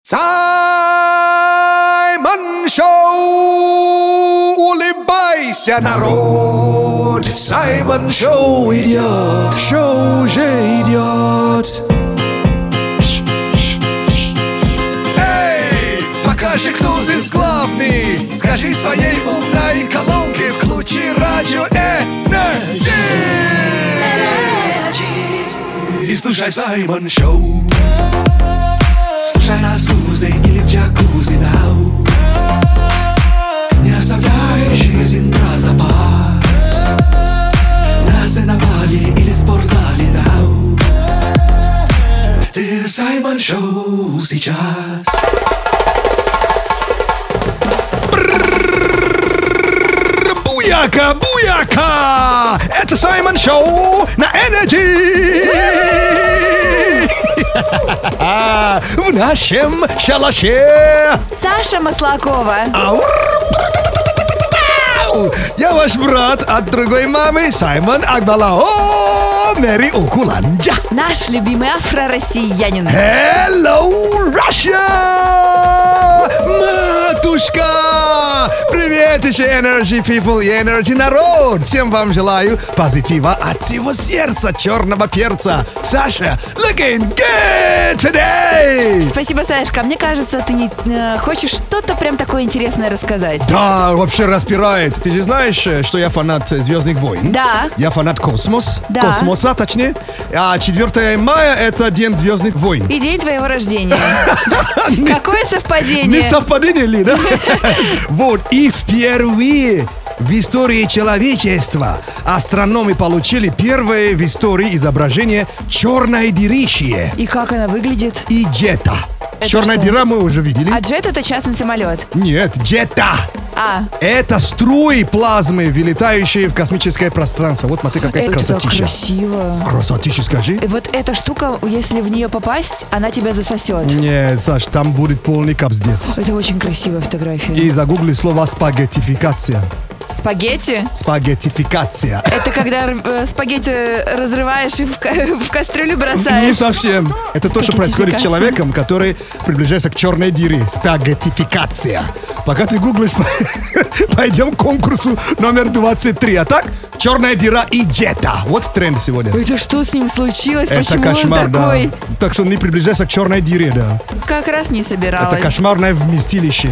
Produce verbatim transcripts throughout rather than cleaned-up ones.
Саймон Шоу! Улыбайся, народ! Саймон Шоу идет! Шоу уже идет! Эй, покажи, кто здесь главный! Скажи своей умной колонке, включи радио Энерджи! И слушай Саймон Шоу! Слушай нас в лузе или в джакузи now. Не оставляй жизнь про запас. На сеновале или спортзале now. Ты в Саймон Шоу сейчас. Буяка, буяка! Это Саймон Шоу на Энерджи! В нашем шалаше! Саша Маслакова. Я ваш брат от другой мамы, Саймон Агбалао Мэри Окуланджа. Наш любимый афро-россиянин. Hello, Russia! Матушка! Привет еще Energy People и Energy народ! Всем вам желаю позитива от всего сердца черного перца. Саша, looking good today! Спасибо, Сашка. Мне кажется, ты не э, хочешь что-то прям такое интересное рассказать. Да, вообще распирает. Ты же знаешь, что я фанат «Звездных войн»? Да. Я фанат космос. Да. Космоса, точнее. А четвёртого мая это День «Звездных войн». И день твоего рождения. Какое совпадение? Не совпадение ли, да? Вот, и впервые в истории человечества астрономы получили первое в истории изображение черной дырищи И как она выглядит? и джета. Это Черная что? дыра мы уже видели. А джет — это частный самолет. Нет, джета. А, Это струи плазмы, вылетающие в космическое пространство. Вот смотри, какая это так красотища. красиво. Красотища, скажи. И вот эта штука, если в нее попасть, она тебя засосет. Не, Саш, там будет полный капздец. Это очень красивая фотография. И загугли слово спагеттификация. Спагетти? Спагеттификация. Это когда э, спагетти разрываешь и в, ка- в кастрюлю Не бросаешь. совсем. Это то, что происходит с Спагеттификация. человеком, который приближается к черной дыре. Спагеттификация. Пока ты гуглишь, пойдем к конкурсу номер двадцать три. А так, черная дыра и джета. Вот тренд сегодня. Это что с ним случилось? Это Почему кошмар, он да. такой? Так что не приближайся к черной дыре, да. Как раз не собиралась. Это кошмарное вместилище.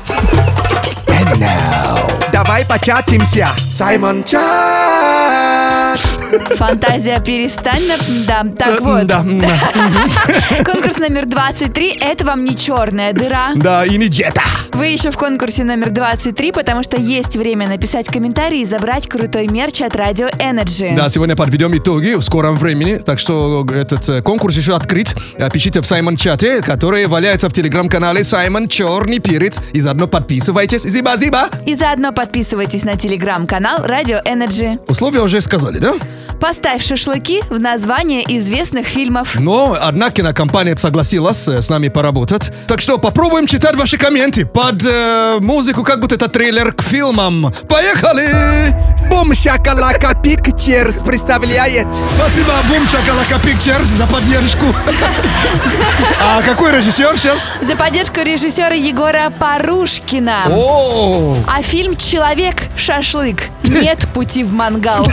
Давай початимся. Саймон Чат. Фантазия, перестань. на- Да, так вот. Да, да. Конкурс номер двадцать три. Это вам не черная дыра. Да, и не джета. Вы еще в конкурсе номер двадцать три, потому что есть время написать комментарий и забрать крутой мерч от Радио Энерджи. Да, сегодня подведем итоги в скором времени, так что этот э, конкурс еще открыт. Э, Пишите в Саймон Чате, который валяется в телеграм-канале Саймон Черный Перец, и заодно подписывайтесь. Зиба-зиба! И заодно подписывайтесь на телеграм-канал Радио Энерджи. Условия уже сказали, да? Поставь шашлыки в название известных фильмов. Но одна кинокомпания согласилась э, с нами поработать. Так что попробуем читать ваши комменты под э, музыку, как будто это трейлер к фильмам. Поехали! Бум Шакалака Пикчерс представляет. Спасибо, Бум Шакалака Pictures, за поддержку. А какой режиссер сейчас? За поддержку режиссера Егора Парушкина. О, А фильм «Человек-шашлык». Нет пути в мангал.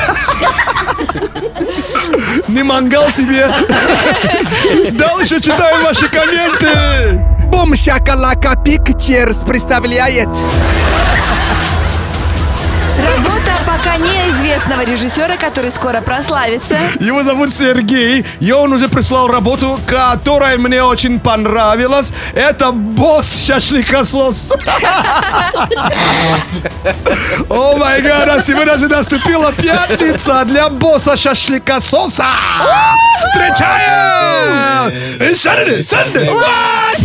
не мангал себе. Дальше читаем ваши комменты. Бум Шакалака Пикчерс представляет. Работа пока неизвестного режиссера, который скоро прославится. Его зовут Сергей, и он уже прислал работу, которая мне очень понравилась. Это босс шашлыкосос. О май гад, а сегодня же наступила пятница для босса шашлыкососа. Встречаем! It's Saturday, Sunday. What?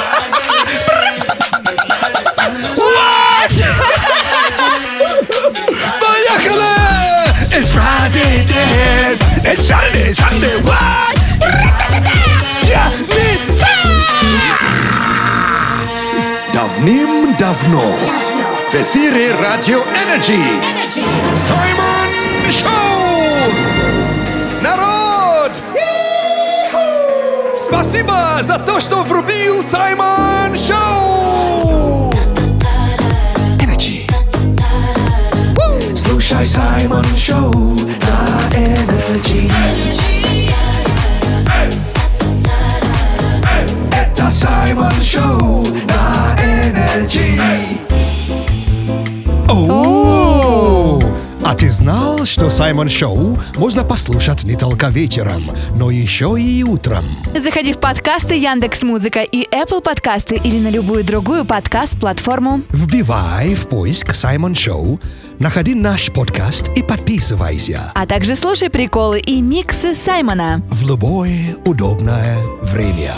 Поехали! It's Friday then. It's Saturday, Sunday. What? Yeah, me Давным-давно в эфире Радио Энерджи. Саймон Шоу! Народ! Спасибо за то, что врубил Саймон что Саймон Шоу можно послушать не только вечером, но еще и утром. Заходи в подкасты Яндекс.Музыка и Apple подкасты или на любую другую подкаст-платформу. Вбивай в поиск Саймон Шоу, находи наш подкаст и подписывайся. А также слушай приколы и миксы Саймона. В любое удобное время.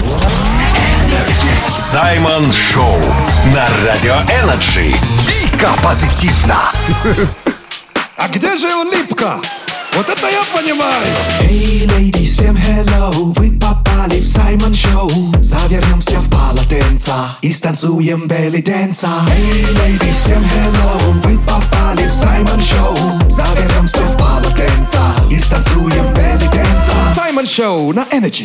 Саймон Шоу на Радио Энерджи. Дико позитивно. А где же улыбка? Вот это я понимаю. Эй, леди, всем hello, вы попали в Саймон Шоу. Завернемся в полотенца и станцуем белли дэнса. Эй, леди, всем hello, вы попали в Саймон Шоу. Завернемся в полотенца и станцуем белли дэнса. Саймон Шоу на Энерджи.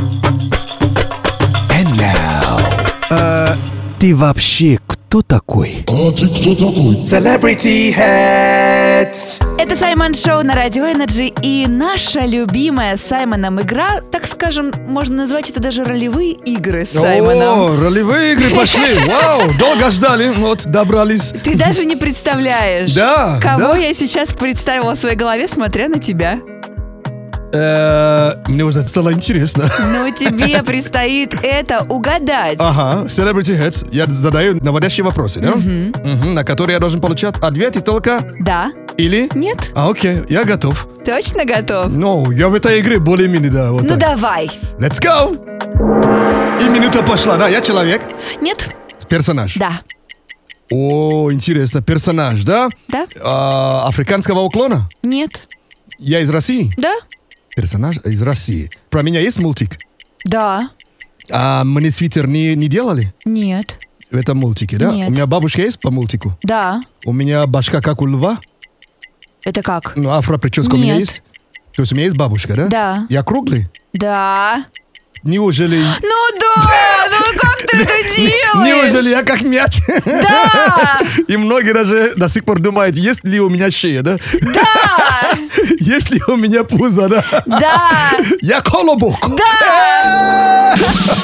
And now, А, ты вообще кто такой? Celebrity Heads. Это Саймон Шоу на Радио Энерджи, и наша любимая с Саймоном игра, так скажем, можно назвать это даже ролевые игры с Саймоном. О, ролевые игры пошли. Вау, долго ждали, вот добрались. Ты даже не представляешь, Да, кого да. я сейчас представила в своей голове, смотря на тебя. Э, Мне уже стало интересно. Но тебе предстоит это угадать. Ага, Celebrity Heads. Я задаю наводящие вопросы, да? Мгм, на которые я должен получать ответы только Да? или... Нет? А, окей, я готов. Точно готов? Ну, я в этой игре более-менее, да. Вот Ну так. давай. Let's go! И минута пошла, да, я человек. Нет? Персонаж. Да. О, интересно, персонаж, да? Да? А, африканского уклона? Нет? Я из России? Да? Персонаж из России. Про меня есть мультик? Да. А мне свитер не, не делали Нет. в этом мультике, да? Нет. У меня бабушка есть по мультику? Да. У меня башка как у льва? Это как? Ну, афро-прическа у меня Нет. есть? То есть у меня есть бабушка, да? Да. Я круглый? Да. Неужели... Ну да! Ну как ты это делаешь? Неужели я как мяч? Да! И многие даже до сих пор думают, есть ли у меня шея, да? Да! Есть ли у меня пузо, да? Да! Я колобок. Да!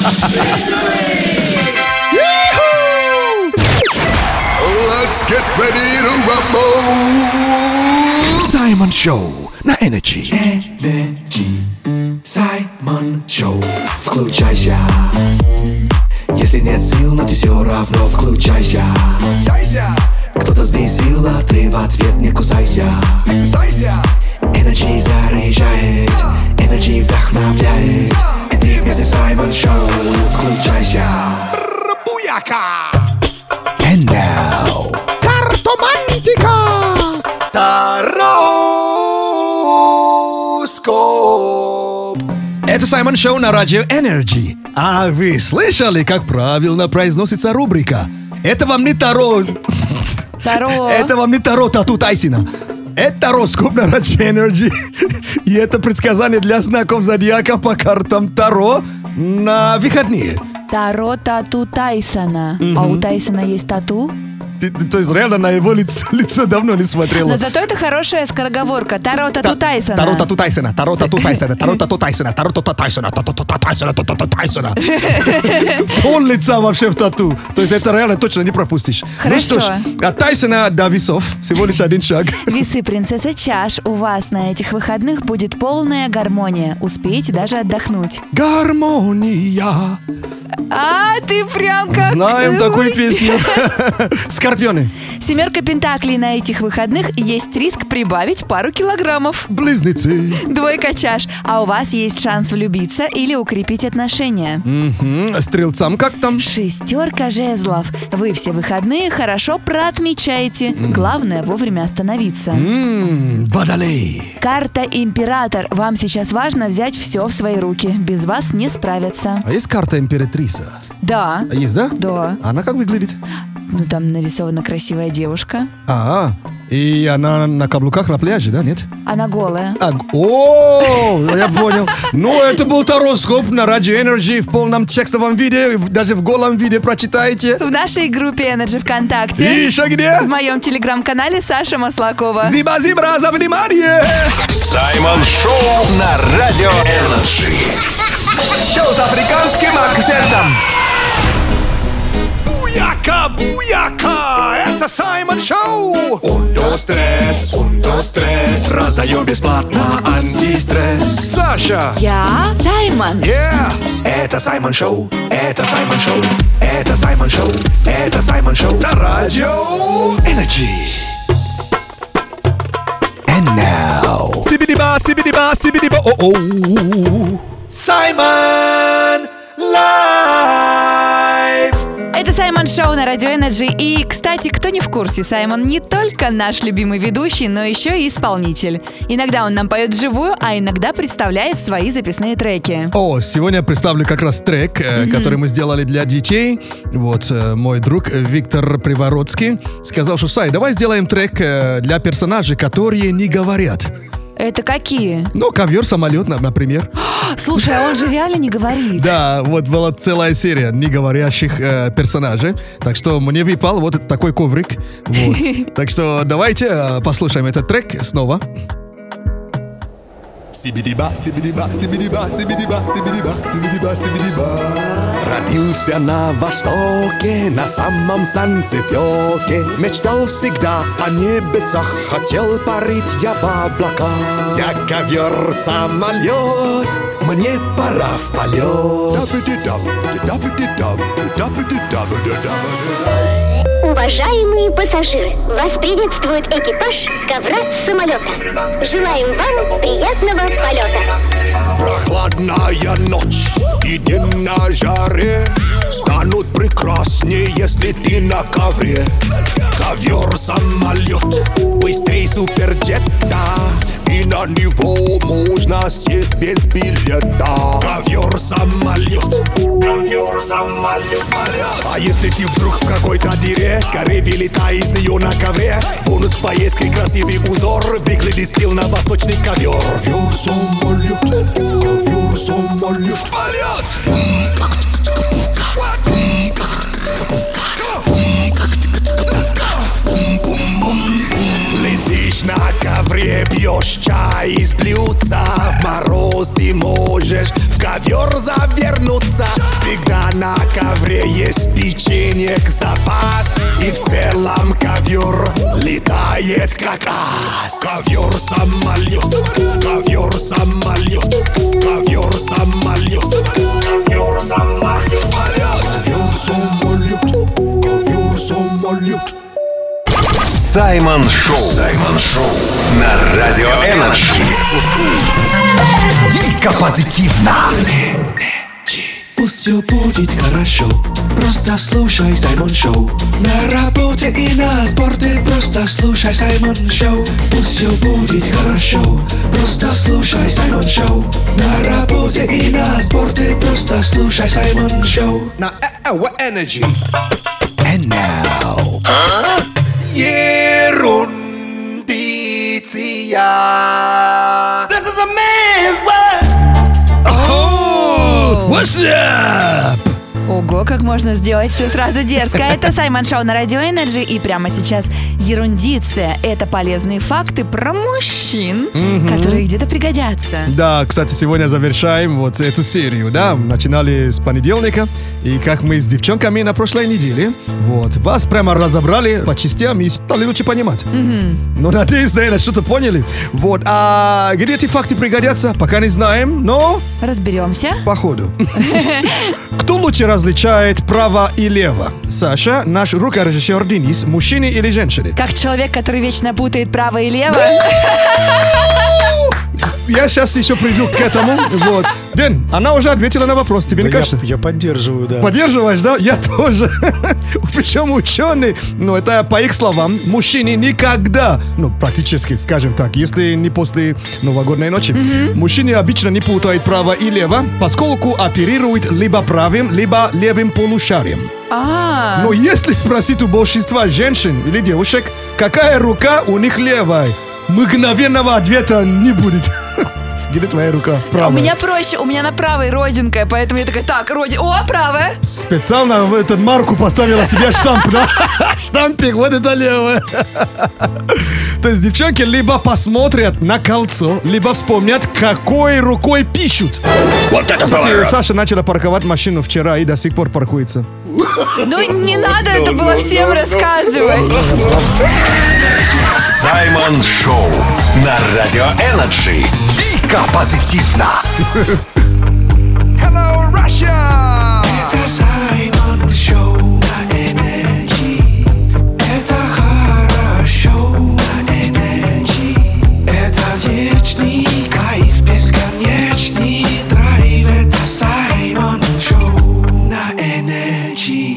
Let's get ready to rumble. Саймон Шоу на Energy. Energy. Саймон Шоу. Включайся. Если нет сил, но ты все равно включайся. Включайся, Кто-то взбесил, а ты в ответ не кусайся. не кусайся. Energy заряжает, Energy вдохновляет. И ты вместе с Саймон Шоу. Включайся. Буяка. And now, Картомантика. Тароскоп. Это Саймон Шоу на Радио Энерджи. А вы слышали, как правильно произносится рубрика? Это вам не Таро... Таро. Это вам не Таро Тату Тайсона. Это тароскоп на Радио Энерджи. И это предсказание для знаков зодиака по картам Таро на выходные. Таро тату Тайсона. А у Тайсона есть тату? Ты- ты- то есть реально на его лицо, лицо давно не смотрела. Но зато это хорошая скороговорка. Таро тату Та- Тайсона. Таро Тату Тайсона, Таро Тату Тайсона, Таро Тату Тайсона, Таро Тату Тайсона, Таро Тату Тайсона, Таро Тату Тайсона. Пол лица вообще в тату. То есть это реально точно не пропустишь. Хорошо. Ну что ж, от Тайсона до весов всего лишь один шаг. Весы принцесса чаш. У вас на этих выходных будет полная гармония. Успеете даже отдохнуть. Гармония. А, ты прям как... Знаем такую песню. Скорпионы. Семерка пентаклей. На этих выходных есть риск прибавить пару килограммов. Близнецы. Двойка чаш. А у вас есть шанс влюбиться или укрепить отношения. Мгм. Стрелцам как там? Шестерка жезлов. Вы все выходные хорошо проотмечаете. Главное вовремя остановиться. М, Водолей. Карта император. Вам сейчас важно взять все в свои руки. Без вас не справятся. А есть карта императрица? Да. А есть, да? Да. Она как выглядит? Ну там нарисована красивая девушка. А, и она на каблуках на пляже, да, нет? Она голая. А, г- о, я понял. Ну, это был тароскоп на Радио Энерджи в полном текстовом виде, даже в голом виде прочитайте. В нашей группе Energy ВКонтакте. И еще где? В моем телеграм-канале Саша Маслакова. Зиба-зибра за внимание! Саймон Шоу на Радио Энерджи. Шоу с африканским акцентом. Буяка, буяка, это Саймон Шоу. Un, dos, tres, un, dos, tres. дает бесплатно антистресс. Саша! Я Саймон. Yeah! Это Саймон Шоу, это Саймон Шоу, это Саймон Шоу, это Саймон Шоу на Радио Энерджи. And now, Сибидиба, сибидиба, сибидиба, о-оу. Саймон Лайв! Это Саймон Шоу на Радио Энерджи. И, кстати, кто не в курсе, Саймон не только наш любимый ведущий, но еще и исполнитель. Иногда он нам поет вживую, а иногда представляет свои записные треки. О, сегодня я представлю как раз трек, э, который мы сделали для детей. Вот э, мой друг Виктор Привородский сказал, что Сай, давай сделаем трек э, для персонажей, которые не говорят. Это какие? Ну, ковер, самолет, на- например. Слушай, а он же реально не говорит. Да, вот была целая серия неговорящих э, персонажей. Так что мне выпал вот такой коврик. Вот. Так что давайте э, послушаем этот трек снова. Сибидиба, сибидиба, сибидиба, сибидиба, сибидиба, сибидиба, сибидиба. Родился на востоке, на самом санцепёке. Мечтал всегда о небесах, хотел парить я в облаках. Я ковер-самолет, мне пора в полет. Уважаемые пассажиры, вас приветствует экипаж ковра-самолета. Желаем вам приятного полета. Прохладная ночь и день на жаре станут прекраснее, если ты на ковре. Ковер-самолет, быстрей суперджета, и на него можно сесть без билета. Ковер-самолет, ковер-самолет, полет. А если ты вдруг в какой-то дыре, скорее вылетай из нее на ковре. Бонус поездки, красивый узор, выглядит стил на восточный ковер. Ковер-самолет, ковер-самолет, полет. Летишь на ковре, пьешь чай из блюдца. В мороз ты можешь в ковер завернуться. Всегда на ковре есть печенье запас. И в целом ковер летает как ас. Ковер-самолет, ковер-самолет, ковер-самолет, ковер-самолет, полет. Ковер-самолет, ковер-самолет. Саймон Шоу. Саймон Шоу на Радио Энерджи. Дико позитивно. Пусть все будет хорошо. Просто слушай Саймон Шоу. На работе и на спорте. Просто слушай Саймон Шоу. Пусть все будет хорошо. Просто слушай Саймон Шоу. На работе и на спорте. Просто слушай Саймон Шоу. На Energy. And now. Ерундиция. This is a man's world. Oh, what's up? Ого, как можно сделать все сразу дерзко. Это Саймон Шоу на Радио Энерджи. И прямо сейчас ерундиция. Это полезные факты про мужчин, которые где-то пригодятся. Да, кстати, сегодня завершаем вот эту серию, да, начинали с понедельника, и как мы с девчонками на прошлой неделе, вот, вас прямо разобрали по частям и стали лучше понимать. Ну, надеюсь, наверное, что-то поняли. Вот, а где эти факты пригодятся, пока не знаем, но Разберемся. по ходу. Кто лучше различает право и лево? Саша, наш рукорежиссер Денис, мужчины или женщины? Как человек, который вечно путает право и лево. Я сейчас еще приду к этому. Вот. Дэн, она уже ответила на вопрос, тебе не Да, кажется? я, я поддерживаю, да. Поддерживаешь, да? Я тоже. Причем ученые, ну это по их словам, мужчины никогда, ну практически, скажем так, если не после новогодней ночи, мужчины обычно не путают право и лево, поскольку оперируют либо правым, либо левым полушарием. А, Но если спросить у большинства женщин или девушек, какая рука у них левая, мгновенного ответа не будет. Где твоя рука? Правая. у меня проще, у меня на правой родинка, поэтому я такая, так, родин... О, правая. Специально в эту марку поставила себе штамп, да? Штампик, вот это левое. То есть девчонки либо посмотрят на кольцо, либо вспомнят, какой рукой пишут. Вот это Кстати, поворот. Саша начала парковать машину вчера и до сих пор паркуется. Ну, не надо это было всем рассказывать. Саймон Шоу на Радио Энерджи. Дико позитивно. Hello, Russia! Это Саймон Шоу на Энерджи. Это хорошо на Энерджи. Это вечный кайф, бесконечный драйв. Это Саймон Шоу на Энерджи.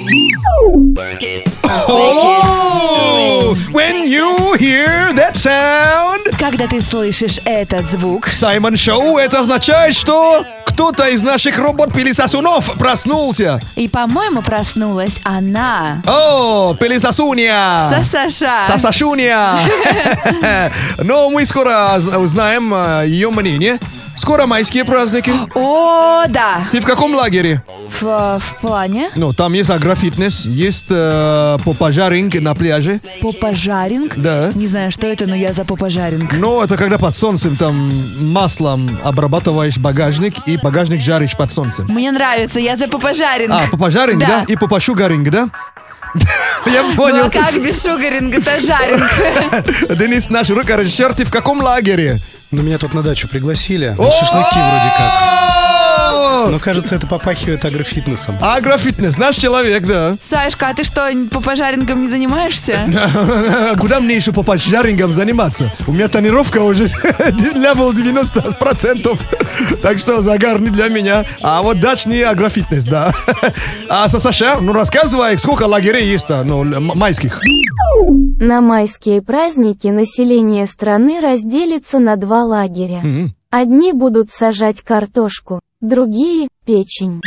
Oh, when you hear that sound, Когда ты слышишь этот звук, Саймон Шоу, это означает, что кто-то из наших робот-пылесосунов проснулся. и, по-моему, проснулась она. О, пылесосунья! Сасаша. Сасашуня! Но мы скоро узнаем э, ее мнение. Скоро майские праздники. О, да. Ты в каком лагере? В, в плане Ну, там есть агрофитнес, есть э, попажаринг на пляже. попожаринг. Да. Не знаю, что это, но я за попожаринг. Но это когда под солнцем там маслом обрабатываешь багажник и багажник жаришь под солнцем. Мне нравится, я за попожаринг. А, попажаринг, да? Да. И попашугаринг, да? Я Ну понял. а как без шугаринга-то жаринг? Денис, наш рукорежиссер, ты в каком лагере? Ну, меня тут на дачу пригласили. На шашлыки вроде как. Но кажется, это попахивает агрофитнесом. Агрофитнес, наш человек, да. Сашка, а ты что, попожарингом не занимаешься? Куда мне еще по пожарингам заниматься? У меня тонировка уже левел девяносто процентов. Так что загар не для меня. А вот дачный агрофитнес, да. А Саша, ну рассказывай, сколько лагерей есть-то, ну, м- майских? На майские праздники население страны разделится на два лагеря. Мгм. Одни будут сажать картошку, другие – печень.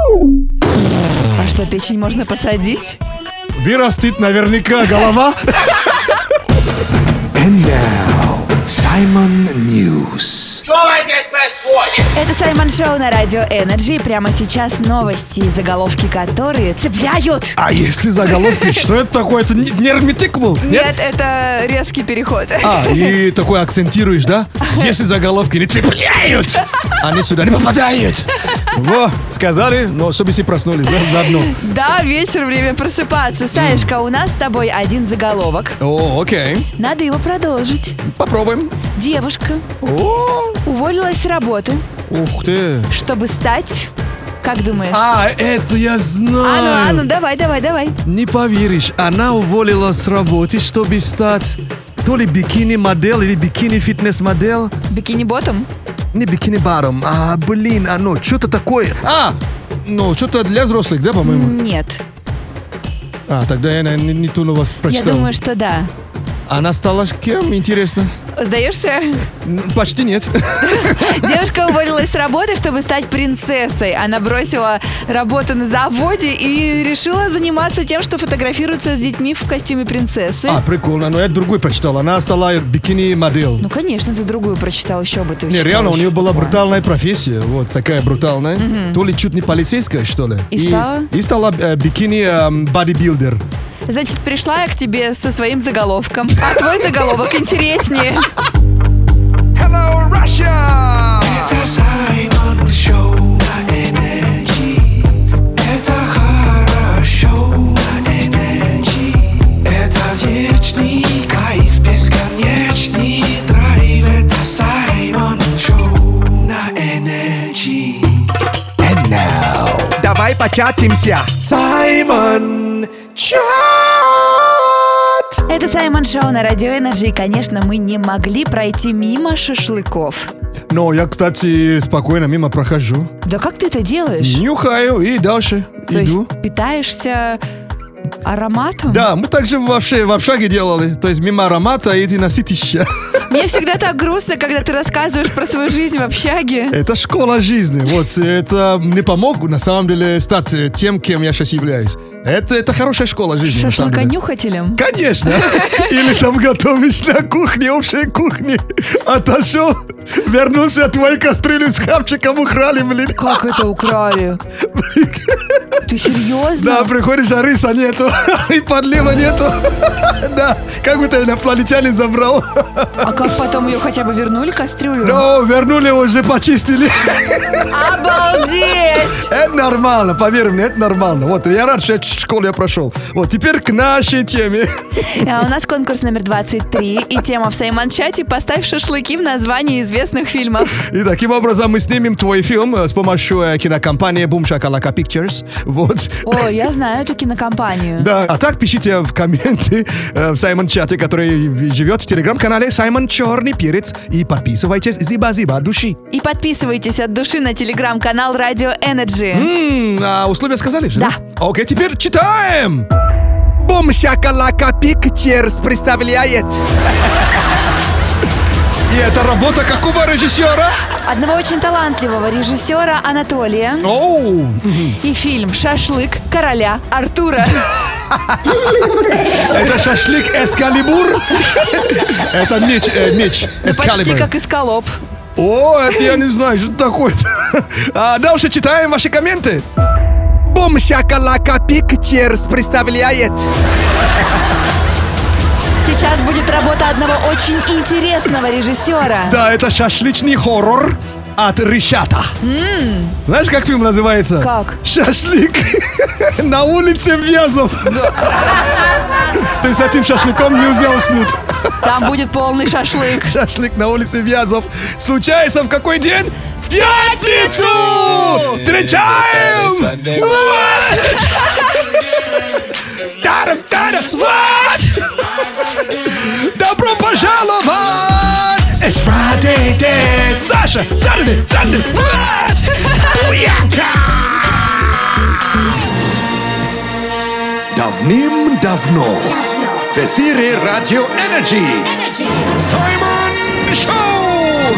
А что, печень можно посадить? Вырастет наверняка голова. And now, Simon News. Это Саймон Шоу на Радио Энерджи. И прямо сейчас новости, заголовки которые цепляют. А если заголовки, что это такое? Это не- нервметик был? Нет, это резкий переход. А, и такой акцентируешь, да? Если заголовки не цепляют, они сюда не попадают. Во, сказали, но чтобы все проснулись, да, заодно. Да, вечер, время просыпаться. Саешка, у нас с тобой один заголовок. О, окей, Надо его продолжить. попробуем. Девушка О, уволилась с работы, ух ты. чтобы стать... Как думаешь? А, это я знаю. А ну, а ну, давай, давай, давай. Не поверишь, она уволилась с работы, чтобы стать то ли бикини-модель или бикини-фитнес-модель. Бикини-ботом? Не бикини-баром, а, блин, оно, что-то такое. А, ну, что-то для взрослых, да, по-моему? Нет. А, тогда я не, не ту новость Я прочитал. думаю, что да. Она стала кем, интересно? Сдаешься? Н- Почти нет. Девушка уволилась с работы, чтобы стать принцессой. Она бросила работу на заводе и решила заниматься тем, что фотографируется с детьми в костюме принцессы. А, прикольно, но я другой прочитал. Она стала бикини-модель. Ну, конечно, ты другую прочитал, еще бы ты Не, читал реально, у еще нее была такое. брутальная профессия, вот такая брутальная. То ли чуть не полицейская, что ли. И стала? И стала э, бикини-бодибилдер. Значит, пришла я к тебе со своим заголовком. А твой заголовок интереснее. Hello, Russia! Это Саймон Шоу на Энерджи. Это хорошо на Энерджи. Это вечный кайф, бесконечный драйв. Это Саймон Шоу на Энерджи. And now, Давай початимся. Саймон Чат. Это Саймон Шоу на Радио Энерджи. И, конечно, мы не могли пройти мимо шашлыков. Но я, кстати, спокойно мимо прохожу. Да как ты это делаешь? Нюхаю и дальше То иду. есть питаешься ароматом? Да, мы также в, общаге, в общаге делали. То есть мимо аромата иди на ситище. Мне всегда так грустно, когда ты рассказываешь про свою жизнь в общаге. Это школа жизни. Вот это мне помог, на самом деле, стать э, тем, кем я сейчас являюсь. Это, это хорошая школа жизни. на самом деле. Шашлыконюхателем. Конечно. Или там готовишь на кухне, общей кухне. Отошел, вернулся, а твои кастрюли с хавчиком украли, блин. Как это украли? Ты серьезно? Да, приходишь, а риса нету, и подлива нету. Да, как будто инопланетянин забрал. А как потом ее хотя бы вернули, кастрюлю? Но вернули, уже почистили. Обалдеть! Это нормально, поверь мне, это нормально. Вот, я рад, что я чуть-чуть в школе я прошел. Вот, теперь к нашей теме. А у нас конкурс номер двадцать три. И тема в Саймон-чате «Поставь шашлыки в названии известных фильмов». И таким образом мы снимем твой фильм с помощью э, кинокомпании Boom Shakalaka Pictures. Вот. О, я знаю эту кинокомпанию. Да, а так пишите в комменты э, в Саймон-чате, который живет в телеграм-канале Саймон Черный Перец. И подписывайтесь зиба-зиба от души. И подписывайтесь от души на телеграм-канал Радио Energy. М, а условия сказали же? Да. Окей, теперь читаем. Бум Shakalaka Pictures представляет. И это работа какого режиссера? Одного очень талантливого режиссера Анатолия. Оу. И фильм «Шашлык короля Артура». Это шашлык Эскалибур? Это меч, э, меч Ну, почти Эскалибур. как эскалоп. О, это я не знаю, что такое. А дальше читаем ваши комменты. Бум Shakalaka Pictures представляет. Сейчас будет работа одного очень интересного режиссера. Да, это шашлычный хоррор от Ришата. Знаешь, как фильм называется? Как? Шашлык на улице Вязов. То есть с этим шашлыком нельзя уснуть. Там будет полный шашлык. Шашлык на улице Вязов. Случается в какой день? В пятницу! Встречаем! Вот! Тарам, тарам, вот! Добро пожаловать! It's Friday day! Саша, Saturday, Sunday, вот! Буяка! Давным-давно в эфире Радио Energy. Саймон Шоу.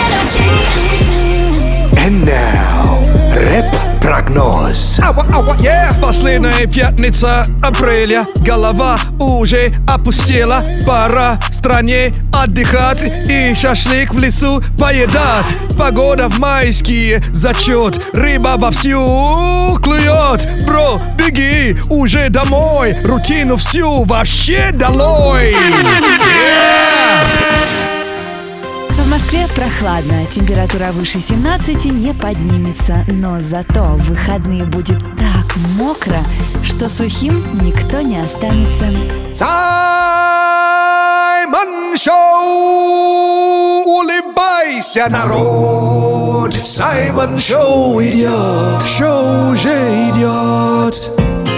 And now, рэп-прогноз. Ава, ава, yeah. Последняя пятница апреля. Голова уже опустела. Пора стране отдыхать и шашлык в лесу поедать. Погода в майские зачет. Рыба вовсю клюет. Бро, беги уже домой. Рутину всю вообще долой. Yeah. В Москве прохладно, температура выше семнадцати не поднимется, но зато в выходные будет так мокро, что сухим никто не останется. Саймон Шоу! Улыбайся, народ! Саймон Шоу идет! Шоу уже идет!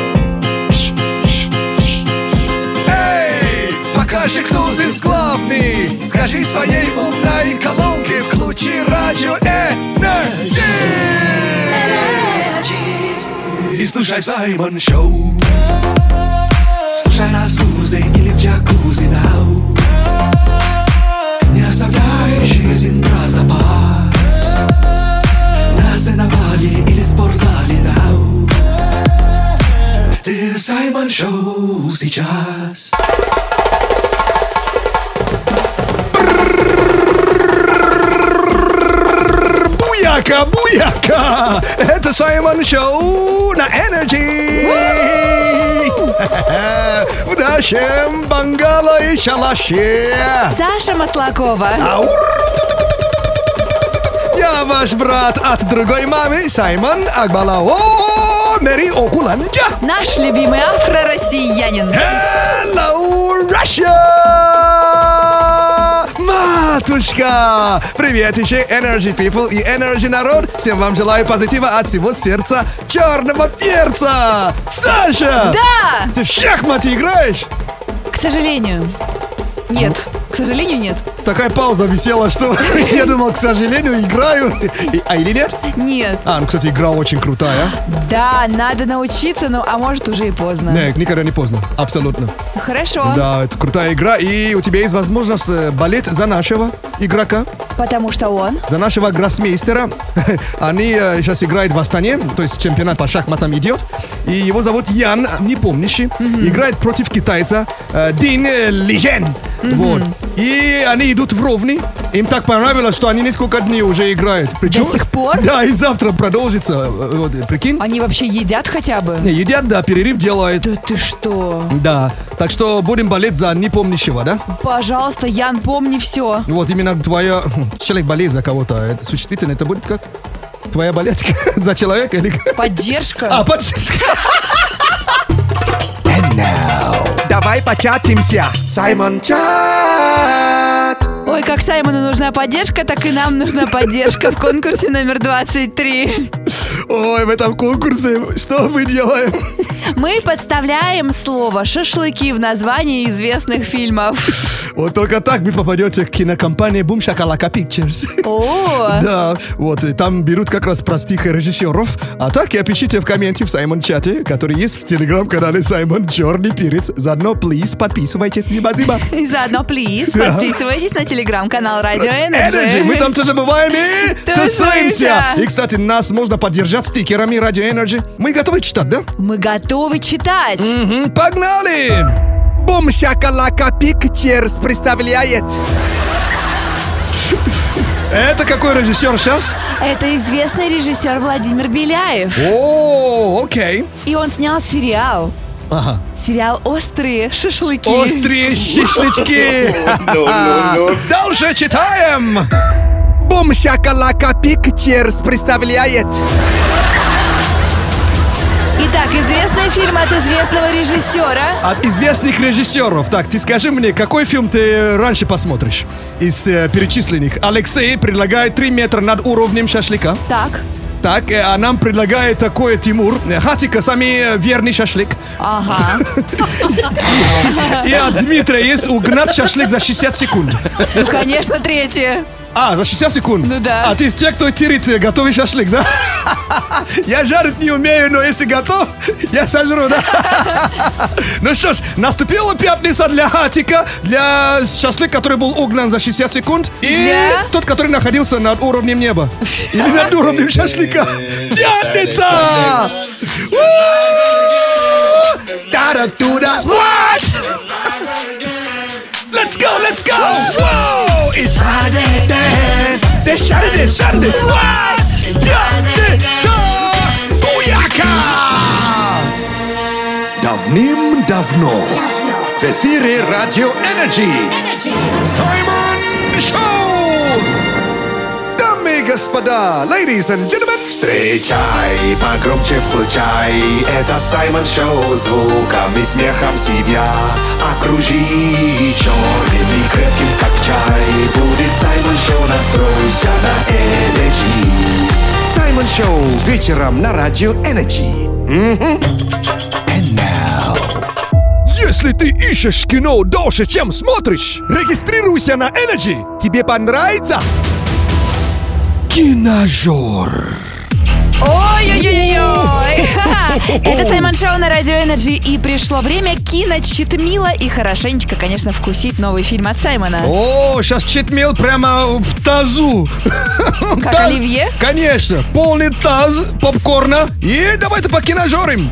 Эй, покажи, кто здесь главный! Скажи своей умной колонке, включи Радио Energy! И слушай Саймон Шоу. Слушай нас в узе или в джакузи now. Не оставляй жизнь про запас. На сеновале или спортзале now. Ты в Саймон Шоу сейчас. Буяка, буяка! Это Саймон Шоу на Energy! В нашем бангало и шалаше! Саша Маслакова. Аур! Я ваш брат от другой мамы, Саймон Акбалао Мэри Окуланджа! Наш любимый афро-россиянин. Hello, Russia! Матушка! Привет еще Energy People и Energy народ! Всем вам желаю позитива от всего сердца черного перца! Саша! Да! Ты в шахматы играешь? К сожалению. Нет. К сожалению, нет. Такая пауза висела, что я думал, к сожалению, играю. И- А или нет? Нет. А, ну, кстати, игра очень крутая. Да, надо научиться, ну, а может уже и поздно. Нет, никогда не поздно. Абсолютно. Хорошо. Да, это крутая игра. И у тебя есть возможность э, болеть за нашего игрока, Потому что он... за нашего гроссмейстера. Они э, сейчас играют в Астане, то есть чемпионат по шахматам идет. И его зовут Ян, не помнящий. Играет против китайца э, Дин э, Лижен. Вот. И они идут в ровни. Им так понравилось, что они несколько дней уже играют. Причем- До сих пор? Да, и завтра продолжится. Э, Вот, прикинь? Они вообще едят хотя бы? Не, едят, да, перерыв делают. Да ты что? Да, так что будем болеть за непомнящего, да? Пожалуйста, Ян, помни все. Вот именно твоя... Человек болеет за кого-то. Это существительно, это будет как? Твоя болячка за человека или... как? Поддержка. А, поддержка. початимся. Саймон Чат. Ой, как Саймону нужна поддержка, так и нам нужна поддержка в конкурсе номер двадцать три. Ой, в этом конкурсе что мы делаем? Мы подставляем слово «шашлыки» в названии известных фильмов. Вот только так вы попадете к кинокомпании Boom Shakalaka Pictures. О, Да, вот и там берут как раз простых режиссеров. А так и пишите в комменте в Саймон Чате, который есть в телеграм-канале Саймон Черный Перец. Заодно, плиз, подписывайтесь, спасибо. и заодно, плиз, подписывайтесь на телеграм-канал Радио Energy. Energy. Мы там тоже бываем и Тусуемся. тусуемся. И, кстати, нас можно поддержать стикерами Радио Energy. Мы готовы читать, да? Мы готовы читать. Мгм, погнали! Бум Шакалака Пикчерс представляет. Это какой режиссер сейчас? Это известный режиссер Владимир Беляев. О, окей. И он снял сериал. Ага. Сериал «Острые шашлыки». Острые шашлычки. Дальше читаем. Бум Шакалака Пикчерс представляет. Итак, известный фильм от известного режиссера. От известных режиссеров. Так, ты скажи мне, какой фильм ты раньше посмотришь из э, перечисленных? Алексей предлагает три метра над уровнем шашлыка. Так, Так, э, а нам предлагает такой Тимур. Э, Хатика, самый верный шашлык. ага. И от Дмитрия есть угнать шашлык за шестьдесят секунд. Ну, конечно, третье. А, за шестьдесят секунд? Ну да. А ты из тех, кто тирит э, готовый шашлык, да? Я жарить не умею, но если готов, я сожру, да? Ну что ж, наступила пятница для Хатика, для шашлыка, который был угнан за шестьдесят секунд, и Для? тот, который находился над уровнем неба. Или над уровнем шашлыка. Пятница! Та-да-туда. What? Let's go, let's go! Whoa! It's Saturday, it's Saturday, Sunday. What? Пятница! Буяка! Давным-давно в эфире Радио Energy. Саймон Шоу! Дамы и господа, ladies and gentlemen, встречай, погромче включай. Это Саймон Шоу, звуком и смехом себя окружи. Черным и крепким, как чай, будет Саймон Шоу, настройся на Energy. Саймон Шоу вечером на Радио Energy. And now. Если ты ищешь кино дольше, чем смотришь, регистрируйся на Energy. Тебе понравится? Киножор. Ой-ой-ой-ой! Это Саймон Шоу на Радио Energy, и пришло время киночитмила и хорошенечко, конечно, вкусить новый фильм от Саймона. О, сейчас читмил прямо в тазу. Как Таз- оливье? Конечно, полный таз попкорна. И давайте покиножорим.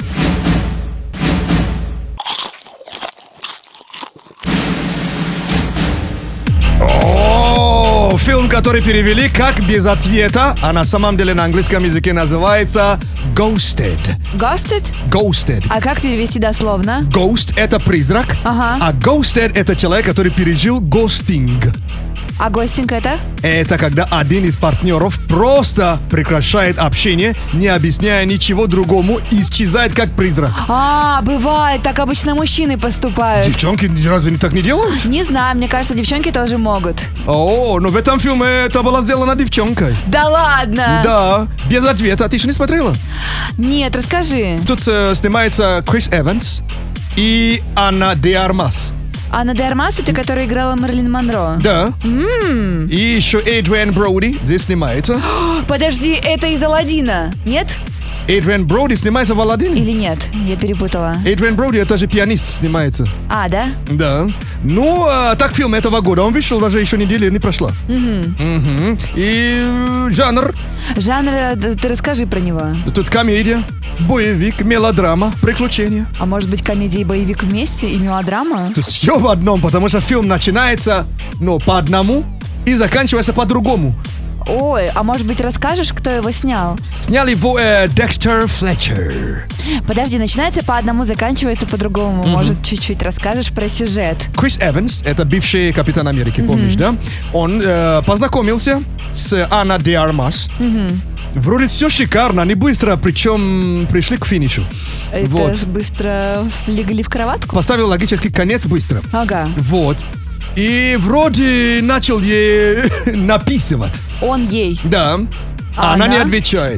О, фильм, который перевели как «Без ответа», а на самом деле на английском языке называется «Ghosted». Ghosted? Ghosted. А как перевести дословно? Ghost — это призрак, Ага. а ghosted — это человек, который пережил ghosting. А гостинг это? Это когда один из партнеров просто прекращает общение, не объясняя ничего другому, и исчезает как призрак. А, бывает, так обычно мужчины поступают. Девчонки разве не так не делают? Не знаю, мне кажется, девчонки тоже могут. О, но в этом фильме это было сделано девчонкой. Да ладно? Да, без ответа. Ты еще не смотрела? Нет, расскажи. Тут э, снимается Крис Эванс и Анна де Армас. Анна де Армас, это которая играла Мерлин Монро. Да. И еще Эдриан Броуди здесь снимается. Подожди, это из Аладдина, нет? Эдриан Броуди снимается в «Аладдине». Или нет? Я перепутала. Эдриан Броуди, это же пианист, снимается. А, да? Да. Ну, а, так фильм этого года. Он вышел, даже еще недели не прошла. Мгм. И э, жанр. Жанр, э, ты расскажи про него. Тут комедия, боевик, мелодрама, приключения. А может быть, комедия и боевик вместе и мелодрама? Тут все в одном, потому что фильм начинается, ну, по одному и заканчивается по-другому. Ой, а может быть, расскажешь, кто его снял? Сняли его э, Декстер Флетчер. Подожди, начинается по одному, заканчивается по-другому. Может, чуть-чуть расскажешь про сюжет? Крис Эванс, это бывший капитан Америки, помнишь, да? Он э, познакомился с Анна де Армас. Вроде все шикарно, они быстро, причем пришли к финишу. Это Вот. быстро легли в кроватку? Поставил логический конец быстро. Ага. Вот. И вроде начал ей написывать. Он ей. Да. А она, не она? отвечает.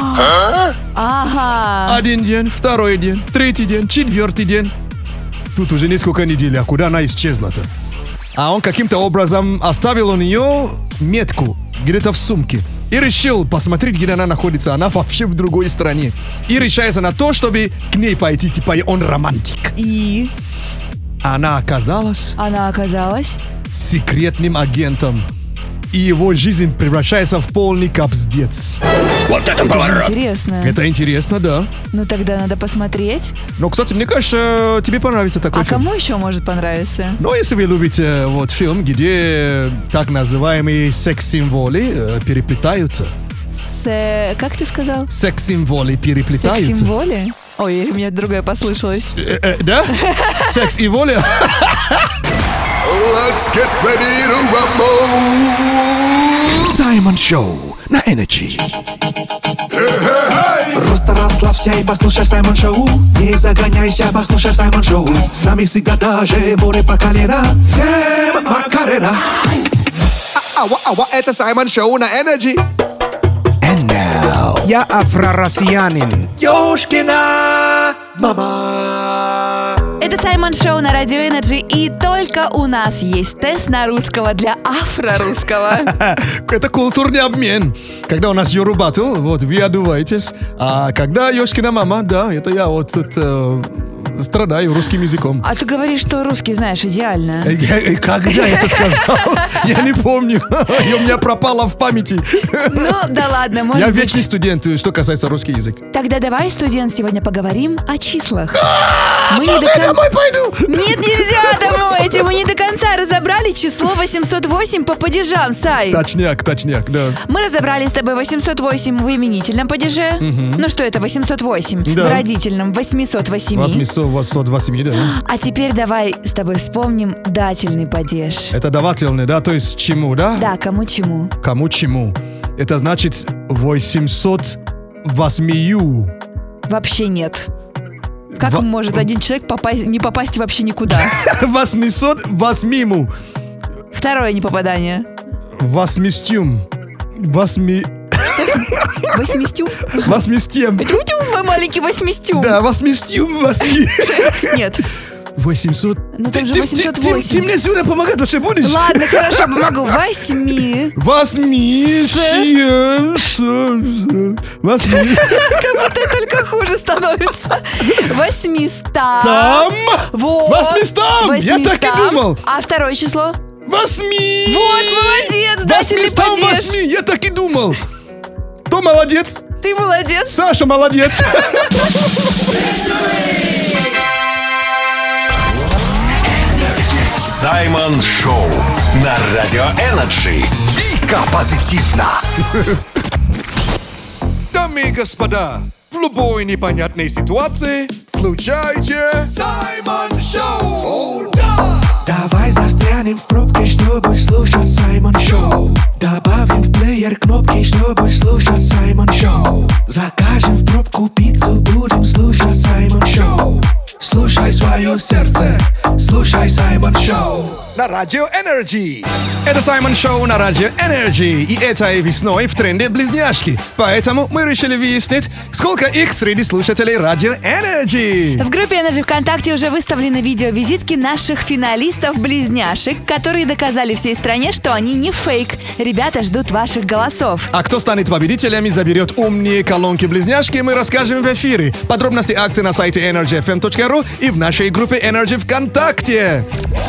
Ага. Один день, второй день, третий день, четвертый день. Тут уже несколько недель, а куда она исчезла-то? А он каким-то образом оставил у нее метку где-то в сумке. И решил посмотреть, где она находится. Она вообще в другой стране. И решается на то, чтобы к ней пойти, типа он романтик. И Она оказалась она оказалась... секретным агентом. И его жизнь превращается в полный капздец. Это же интересно. Это интересно, да. Ну тогда надо посмотреть. Но, кстати, мне кажется, тебе понравится такой А фильм. кому еще может понравиться? Ну, если вы любите вот фильм, где так называемые секс-символы э, переплетаются. С... Как ты сказал? Секс-символы переплетаются. Секс-символы? Ой, у меня другое послышалось. Э, э, да? Секс и воля? Let's get ready to rumble. Саймон Шоу на Energy. Просто расслабься и послушай Саймон Шоу. Не загоняйся, послушай Саймон Шоу. С нами всегда даже море по колено. Всем Макарена. Ава, ава, это Саймон Шоу на Energy. And now, Я афро-россиянин. Ёшкина мама. Это Саймон Шоу на Радио Энерджи, и только у нас есть тест на русского для афро-русского. Это культурный обмен. Когда у нас Yoruba Battle, вот, вы одуваетесь. А когда Ёшкина мама, да, это я вот тут э, страдаю русским языком. А ты говоришь, что русский знаешь идеально. Э, я- э, Когда я это сказал? Я не помню. И у меня пропало в памяти. Ну, да ладно, Я может вечный быть. студент, что касается русский язык. Тогда давай, студент, сегодня поговорим о числах. Мы не до Я кон- домой пойду. Нет, нельзя домой, эти мы не до конца разобрали число восемьсот восемь по падежам, Сай. Точняк, точняк, да. Мы разобрали с тобой восемьсот восемь в именительном падеже. Ну что это восемьсот восемь? Да. В родительном восемьсот восемь. восемьсот, восемьсот восемь, да. А теперь давай с тобой вспомним дательный падеж. Это давательный, да, то есть чему, да? Да, кому чему. Кому чему. Это значит восемьсот восемью. Вообще нет. Как Во- может один человек попасть, не попасть вообще никуда? восемьсот восьмиму. Второе непопадание. Восьмистюм. Восьми... Восьмистю. Восьмистем. Тю-тю, мой маленький восьмистю. Да, восьмистюм, восьми. Нет. восемьсот. Ну там же Ты- ты- восемьсот ты- Ты восемь. мне сегодня помогать вообще будешь? Ладно, хорошо, помогу. Восьми. Восьми, семь, семь, восьми. Как будто только хуже становится. Восьмистам. Там. Вот. Восьмистам. Я так и Восьмистам. думал. А второе число? Восьми. Вот, молодец, дательный Восьмистам, падеж. восьми. Я так и думал. Кто молодец? Ты молодец. Саша молодец. Саймон Шоу на Радио Энерджи. Дико позитивно. Дамы и господа, в любой непонятной ситуации включайте Саймон Шоу. О, да! Давай застрянем в пробке, чтобы слушать Саймон Шоу. Добавим в плеер кнопки, чтобы слушать Саймон Шоу. Закажем в пробку пиццу, будем слушать Саймон Шоу. Слушай свое сердце, слушай Саймон Шоу. На Радио Энерджи. Это Саймон Шоу на Радио Energy. И этой весной в тренде близняшки. Поэтому мы решили выяснить, сколько их среди слушателей Радио Energy. В группе Energy ВКонтакте уже выставлены видео-визитки наших финалистов-близняшек, которые доказали всей стране, что они не фейк. Ребята ждут ваших голосов. А кто станет победителями, заберет умные колонки-близняшки, мы расскажем в эфире. Подробности акции на сайте energy f m точка ru и в нашей группе Energy ВКонтакте.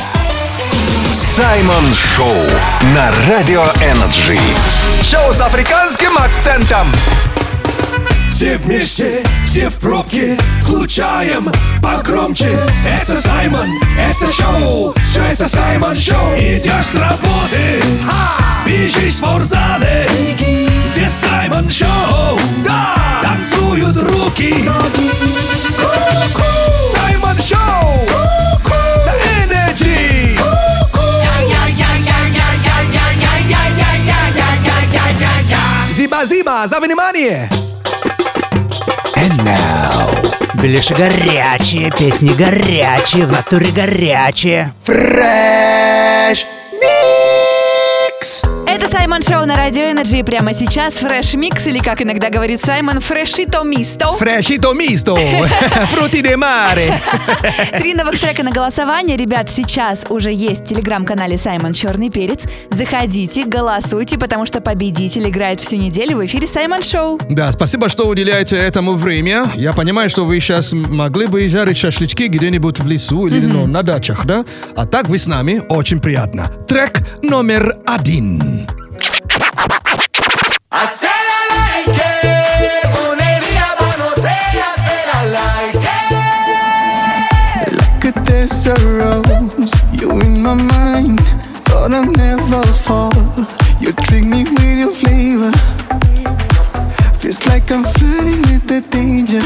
Саймон Шоу на Радио Энерджи. Шоу с африканским акцентом. Все вместе, все в пробке, включаем погромче. Это Саймон, это шоу, все это Саймон Шоу. Идешь с работы, бежишь в спортзале, здесь Саймон Шоу. Да, танцуют руки, ку-ку. Саймон Шоу на Энерджи. Зиба-зиба, Спасибо за внимание! And now. Беляши горячие, песни горячие, в натуре горячие. Fresh Mix! Это Саймон Шоу на Радио Энерджи. И прямо сейчас Fresh Mix, или как иногда говорит Саймон, Фрешито Мисто. Фрешито мисто. Фрути де маре. Три новых трека на голосование. Ребят, сейчас уже есть в телеграм-канале Саймон Черный Перец. Заходите, голосуйте, потому что победитель играет всю неделю в эфире Саймон Шоу. Да, спасибо, что уделяете этому время. Я понимаю, что вы сейчас могли бы жарить шашлычки где-нибудь в лесу или ну, на дачах, да? А так вы с нами, очень приятно. Трек номер один. There's a rose, you in my mind. Thought I'd never fall. You trick me with your flavor. Feels like I'm flirting with the danger.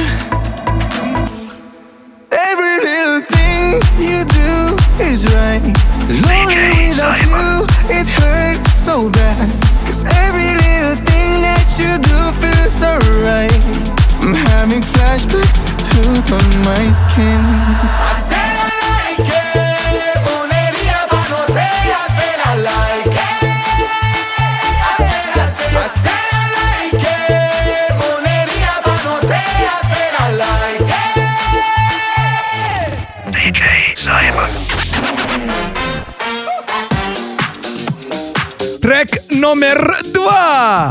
Every little thing you do is right. Lonely without you, it hurts so bad. Cause every little thing that you do feels so right. I'm having flashbacks to on my skin. I said Трек номер два.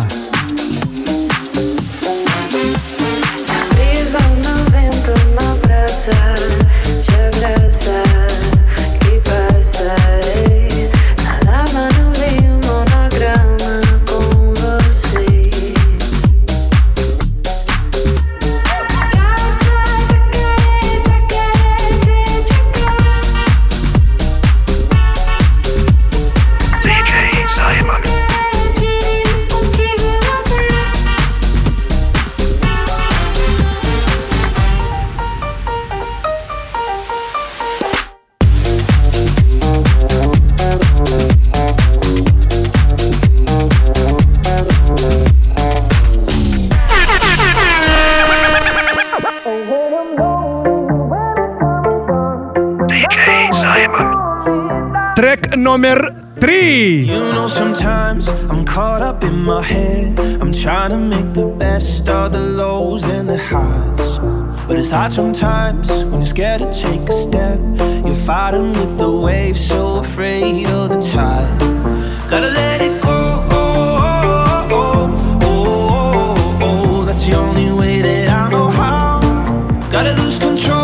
Трек номер три. You know, sometimes I'm caught up in my head. I'm trying to make the best of the lows and the highs. But it's hard sometimes when you're scared to take a step. You're fighting with the waves, so afraid of the tide. Gotta let it go. Oh, oh, oh, oh, oh, oh. That's the only way that I know how. Gotta lose control.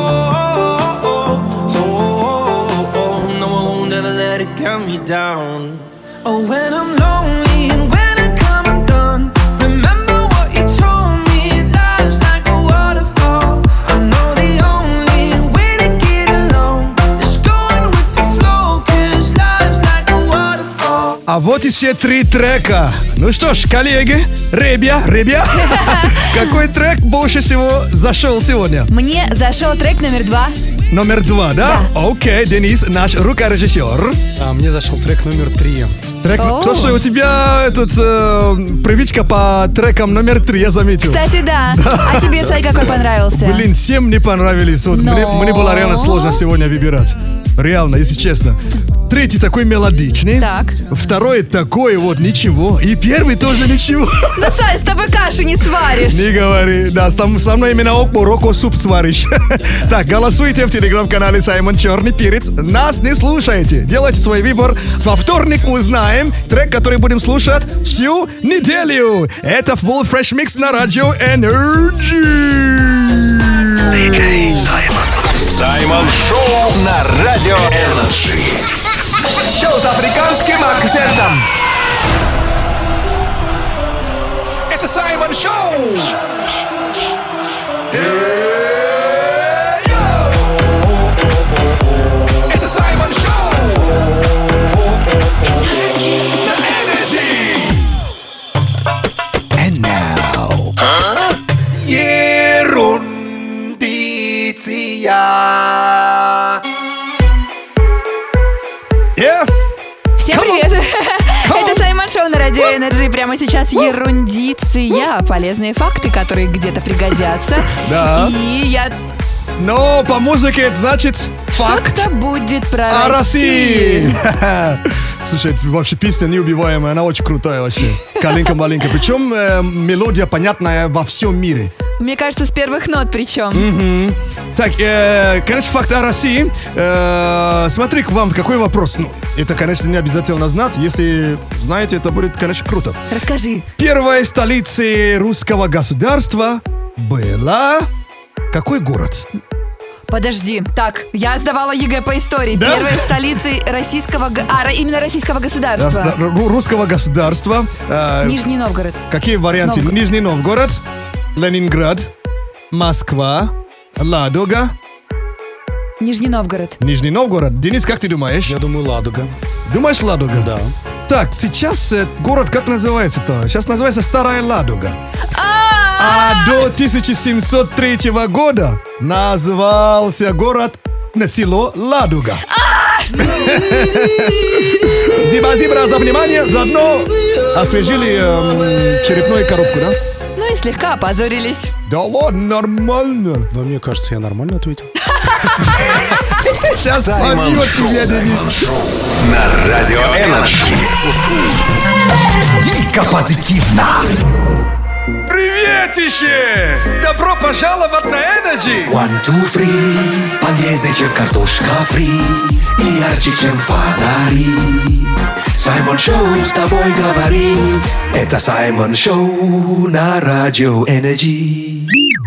Count me down. Oh, when I'm lonely and when I come undone, remember what you told me. Life's like a waterfall. I know the only way to get along is going with the flow, cause life's like a waterfall. А вот и все три трека. Ну что ж, коллеги, ребя, ребя, какой трек больше всего зашел сегодня? Мне зашел трек номер два. Номер два, да? Окей, Денис, наш рукорежиссер. А мне зашел трек номер три. Трек, слушай, у тебя этот, э, привычка по трекам номер три, я заметил. Кстати, да. да. А тебе, Сай, какой понравился? Блин, всем не понравились. Вот Но... мне, мне было реально сложно сегодня выбирать. Реально, если честно. Третий такой мелодичный. Так. Второй такой вот ничего. И первый тоже ничего. Да, Сай, с тобой каши не сваришь. Не говори. Да, со мной именно окбо суп сваришь. Так, голосуйте в телеграм-канале Саймон Черный Перец. Нас не слушайте. Делайте свой выбор. Во вторник узнаем трек, который будем слушать всю неделю. Это Full Fresh Mix на Радио Энерджи. Саймон Шоу на Радио Энерджи. Шоу с африканским акцентом. Это Саймон Шоу. Это Саймон Шоу. На Энерджи. And now. Yeah. Всем привет! Это Саймон Шоу Шоу на Радио Энерджи. Прямо сейчас ерундиция. Полезные факты, которые где-то пригодятся. Да. И я... Но по музыке это значит факт Что-то будет про о Россию. России. Слушай, это вообще песня неубиваемая, она очень крутая вообще. Калинка-малинка. Причем э, мелодия понятная во всем мире. Мне кажется, с первых нот причем. Мгм. Так, э, конечно, факт о России. Э, смотри, к вам какой вопрос. Ну, это, конечно, не обязательно знать. Если знаете, это будет, конечно, круто. Расскажи. Первой столицей русского государства была... Какой город? Подожди. Так, я сдавала ЕГЭ по истории. Да? Первой столицей российского... г- А, ра- именно российского государства. Ру- Русского государства. Э, Нижний Новгород. Какие варианты? Новгород. Нижний Новгород, Ленинград, Москва, Ладога, Нижний Новгород. Нижний Новгород. Денис, как ты думаешь? Я думаю, Ладога. Думаешь, Ладога? Да. Так, сейчас э, город как называется-то? Сейчас называется Старая Ладога. А, А до тысяча семьсот третьего года назывался город на село Ладога. Зиба-зибра за внимание. Заодно освежили эм, черепную коробку, да? Ну и слегка опозорились. Да ладно, нормально. Но мне кажется, я нормально ответил. Сейчас Саймон побьет тебя, Денис. На Радио Энерджи. Дико позитивно. Приветище! Добро пожаловать на Energy! One, two, three. Полезнее, чем картошка фри. И ярче, чем фонари. Саймон Шоу с тобой говорит. Это Саймон Шоу на Радио Энерджи.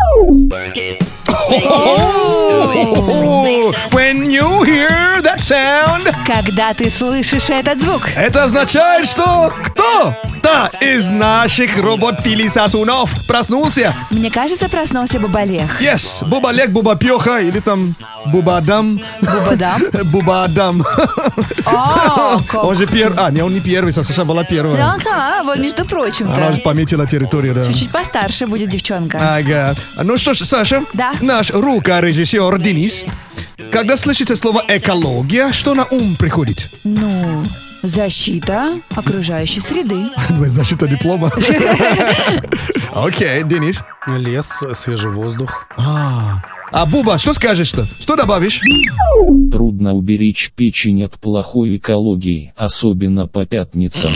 When you hear that sound, Когда ты слышишь этот звук, это означает, что кто-то из наших робот-пилисосунов проснулся. мне кажется, проснулся Бабалех. Yes, Бубалек, Бубапеха или там Бубадам. Бубадам? Бубадам. О, как- Он же первый. А, не, он не первый, Саша была первая. Ага, вот между Она прочим-то. уже пометила территорию, да. Чуть-чуть постарше будет девчонка. Ага. Ну что ж, Саша, Да. наш рукорежиссер Денис, когда слышите слово экология, что на ум приходит? Ну, защита окружающей среды. Думаю, защита диплома. Окей, Денис. Лес, свежий воздух. А, а Буба, что скажешь-то? Что добавишь? Трудно уберечь печень от плохой экологии, особенно по пятницам.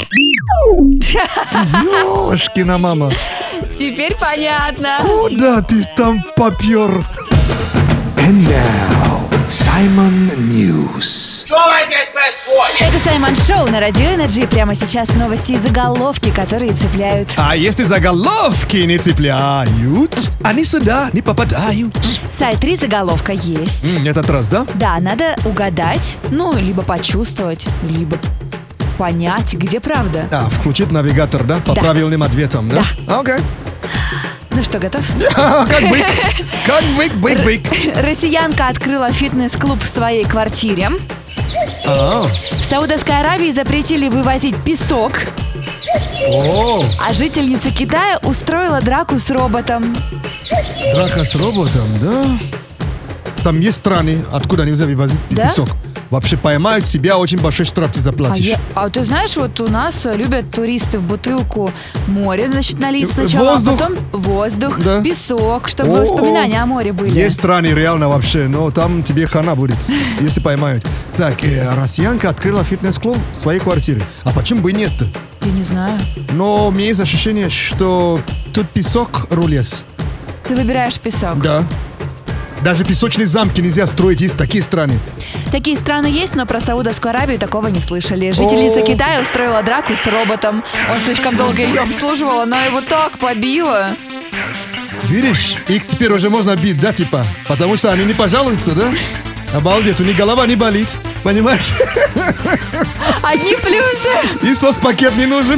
Ёшкина мама. Теперь понятно. Куда ты там попер? And now, Simon News. Это Саймон Шоу на Радио Энерджи. Прямо сейчас новости и заголовки, которые цепляют. А если заголовки не цепляют, они сюда не попадают. Сайт три заголовка есть. М, Этот раз, да? Да, надо угадать, ну, либо почувствовать, либо понять, где правда. А, включить навигатор, да? По Да. правильным ответам, да? Окей. Ну что, готов? Как бык. Как бык, бык, бык. Россиянка открыла фитнес-клуб в своей квартире. А, В Саудовской Аравии запретили вывозить песок. О, А жительница Китая устроила драку с роботом. драка с роботом, да? Там есть страны, откуда нельзя вывозить Да? песок. Вообще поймают тебя, очень большой штраф ты А, заплатишь. я- а ты знаешь, вот у нас любят туристы в бутылку море, значит, налить сначала, Воздух. а потом воздух, Да. песок, чтобы О, воспоминания о море были. Есть страны реально вообще, но там тебе хана будет, если поймают. Так, э, россиянка открыла фитнес-клуб в своей квартире. А почему бы и нет-то? Я не знаю. Но у меня есть ощущение, что тут песок рулез. Ты выбираешь песок. Да. Даже песочные замки нельзя строить, есть такие страны. Такие страны есть, но про Саудовскую Аравию такого не слышали. Жительница О. Китая устроила драку с роботом. Он слишком долго ее обслуживал, она его так побила. Видишь, их теперь уже можно бить, да, типа? Потому что они не пожалуются, да? Обалдеть, у них голова не болит, понимаешь? Одни плюсы. И соцпакет не нужен.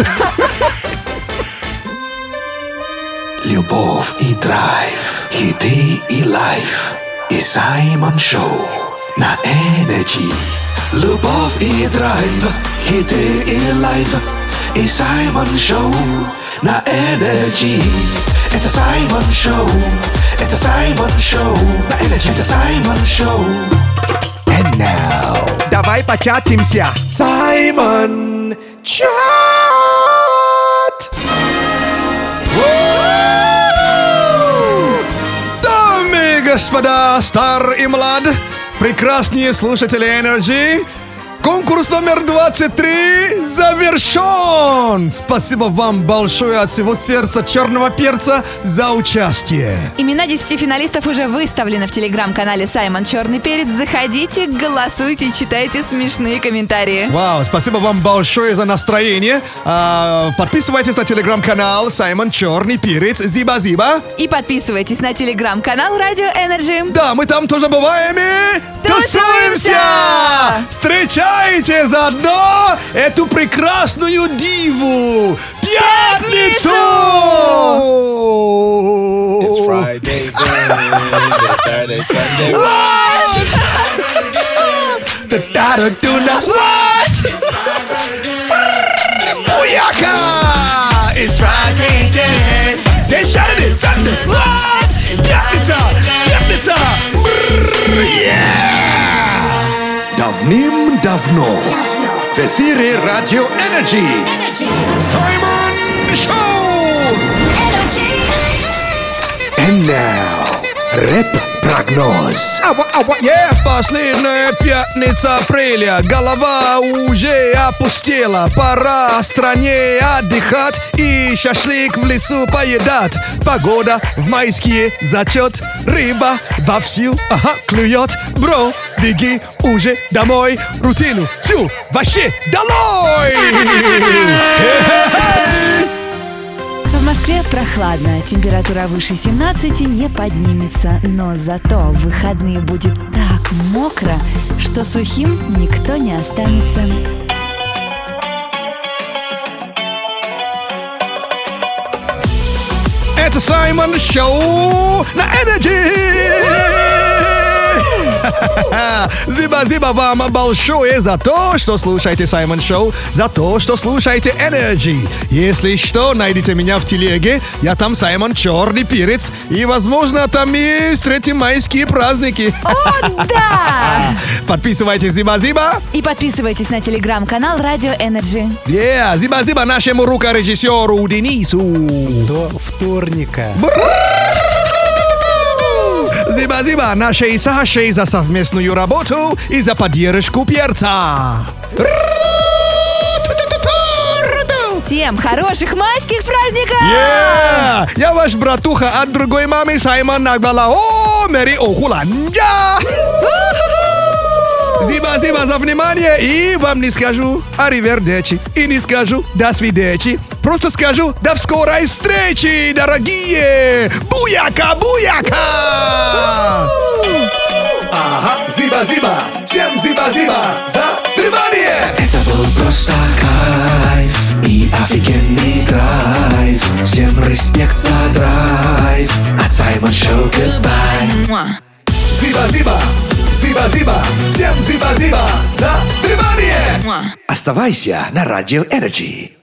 Любовь и драйв, хиты и лайф. И Саймон Шоу на Energy. Любовь и драйв, хиты и лайф. И Саймон Шоу на Energy. Это Саймон Шоу, это Саймон Шоу на Energy. Это Саймон Шоу. And now, Давай початимся. Саймон Шоу. господа, стар и млад, прекрасные слушатели Energy, конкурс номер двадцать три завершен! Спасибо вам большое от всего сердца черного перца за участие. Имена десяти финалистов уже выставлены в телеграм-канале Саймон Черный Перец. Заходите, голосуйте и читайте смешные комментарии. Вау, спасибо вам большое за настроение. А, подписывайтесь на телеграм-канал Саймон Черный Перец. Зиба-зиба. И подписывайтесь на телеграм-канал Радио Energy. Да, мы там тоже бываем и тусуемся! Встречайте заодно эту прекрасную диву! Пятницу! It's Friday, Saturday, Sunday. What? What? Booyaka! It's Friday, day. Then Saturday, Sunday. What? Пятница! Пятница! Yeah! Давным-давно в эфире Радио Energy. Саймон Шоу! And now, рэп-прогноз. Ава, ава, yeah. Последняя пятница апреля. Голова уже опустела. Пора стране отдыхать и шашлык в лесу поедать. Погода в майские зачет. Рыба вовсю, ага, клюет. Бро, беги уже домой. Рутину всю вообще долой! В Москве прохладно, температура выше семнадцати не поднимется, но зато в выходные будет так мокро, что сухим никто не останется. Это Саймон Шоу на Energy! Зиба-зиба вам большое за то, что слушаете Саймон Шоу, за то, что слушаете Energy. Если что, найдите меня в телеге, я там Саймон Черный Перец, и, возможно, там и встретим майские праздники. О, да! Подписывайтесь, зиба-зиба. И подписывайтесь на телеграм-канал Радио Energy. Yeah, зиба-зиба нашему рукорежиссеру Денису. До вторника. Зиба-зиба нашей Сашей за совместную работу и за поддержку перца. Всем хороших майских праздников! Yeah! Я ваш братуха от другой мамы Саймон Нагбала. О, Мэри Охуланджа! Зиба-зиба за внимание, и вам не скажу аривердечи, и не скажу до свидечи. Просто скажу до скорой встречи, дорогие! Буяка, буяка! Ага, зиба-зиба, всем зиба-зиба за внимание! Это был просто кайф и офигенный драйв. Всем респект за драйв. От Саймон Шоу goodbye. Зиба-зиба, зиба-зиба, всем зиба-зиба за внимание! Оставайся на Радио Energy.